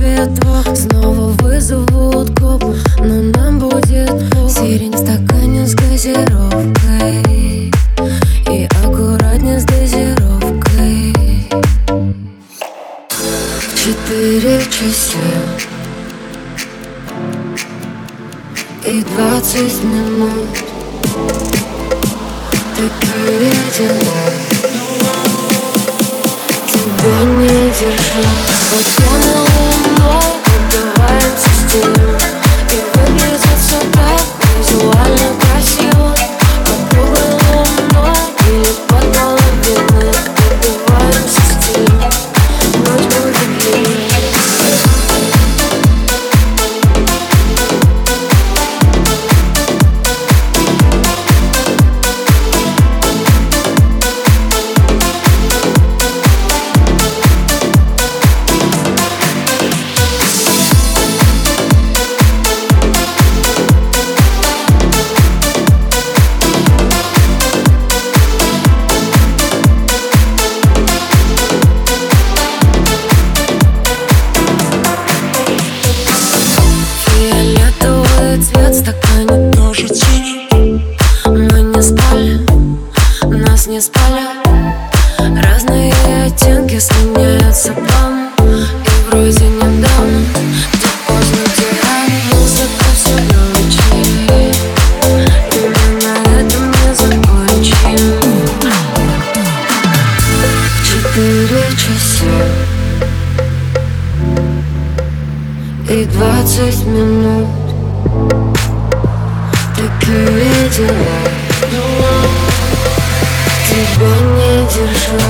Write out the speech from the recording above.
ответ твой. Снова вызовут копы, но нам будет сирень в стакане с газировкой. И аккуратнее с дозировкой. 4 часа и 20 минут. Такие дела, тебя не держу. Вот я на луной, отдуваемся с тем. И выглядит все так визуально красиво. Под круглой луной или под половиной. Отдуваемся с тем. Ночь будет длинной. Цвет в стакане тоже синий. Мы не спали, нас не спали. Разные оттенки сменяются план. И вроде недавно, где поздно, где рано. Музыка все громче, и мы на этом не закончим. 4 часа и 20 минут. Такие дела, тебя не держу.